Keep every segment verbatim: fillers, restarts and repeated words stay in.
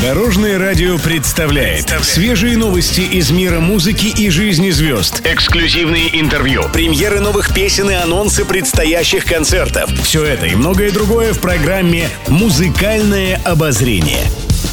Дорожное радио представляет свежие новости из мира музыки и жизни звезд. Эксклюзивные интервью, премьеры новых песен и анонсы предстоящих концертов. Все это и многое другое в программе «Музыкальное обозрение».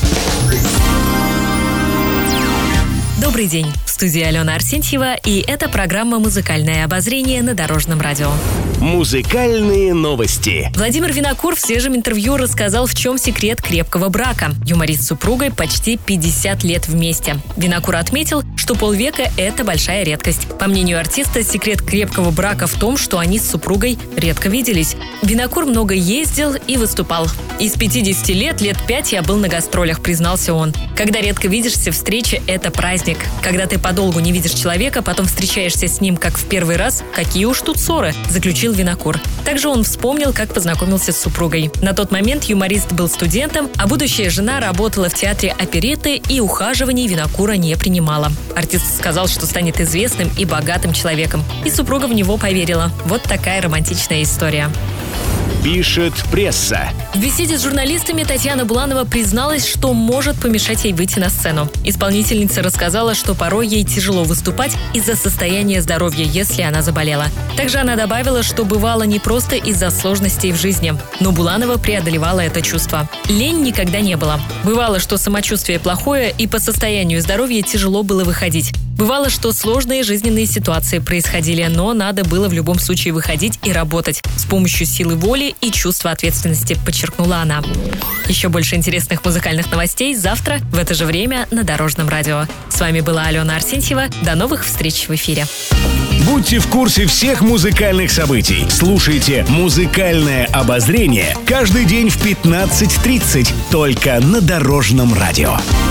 Добрый день. В студии Алена Арсентьева, и это программа «Музыкальное обозрение» на Дорожном радио. Музыкальные новости. Владимир Винокур в свежем интервью рассказал, в чем секрет крепкого брака. Юморист с супругой почти пятьдесят лет вместе. Винокур отметил, что полвека – это большая редкость. По мнению артиста, секрет крепкого брака в том, что они с супругой редко виделись. Винокур много ездил и выступал. Из пятидесяти лет, лет пять я был на гастролях, признался он. Когда редко видишься, встреча – это праздник. Когда ты подолгу не видишь человека, потом встречаешься с ним как в первый раз, какие уж тут ссоры, заключил Винокур. Также он вспомнил, как познакомился с супругой. На тот момент юморист был студентом, а будущая жена работала в театре оперетты и ухаживаний Винокура не принимала. Артист сказал, что станет известным и богатым человеком. И супруга в него поверила. Вот такая романтичная история. Пишет пресса. В беседе с журналистами Татьяна Буланова призналась, что может помешать ей выйти на сцену. Исполнительница рассказала, что порой ей тяжело выступать из-за состояния здоровья, если она заболела. Также она добавила, что бывало не просто из-за сложностей в жизни, но Буланова преодолевала это чувство. Лень никогда не было. Бывало, что самочувствие плохое, и по состоянию здоровья тяжело было выходить. Бывало, что сложные жизненные ситуации происходили, но надо было в любом случае выходить и работать с помощью силы воли и чувства ответственности, подчеркнула она. Еще больше интересных музыкальных новостей завтра в это же время на Дорожном радио. С вами была Алена Арсентьева. До новых встреч в эфире. Будьте в курсе всех музыкальных событий. Слушайте «Музыкальное обозрение» каждый день в пятнадцать тридцать только на Дорожном радио.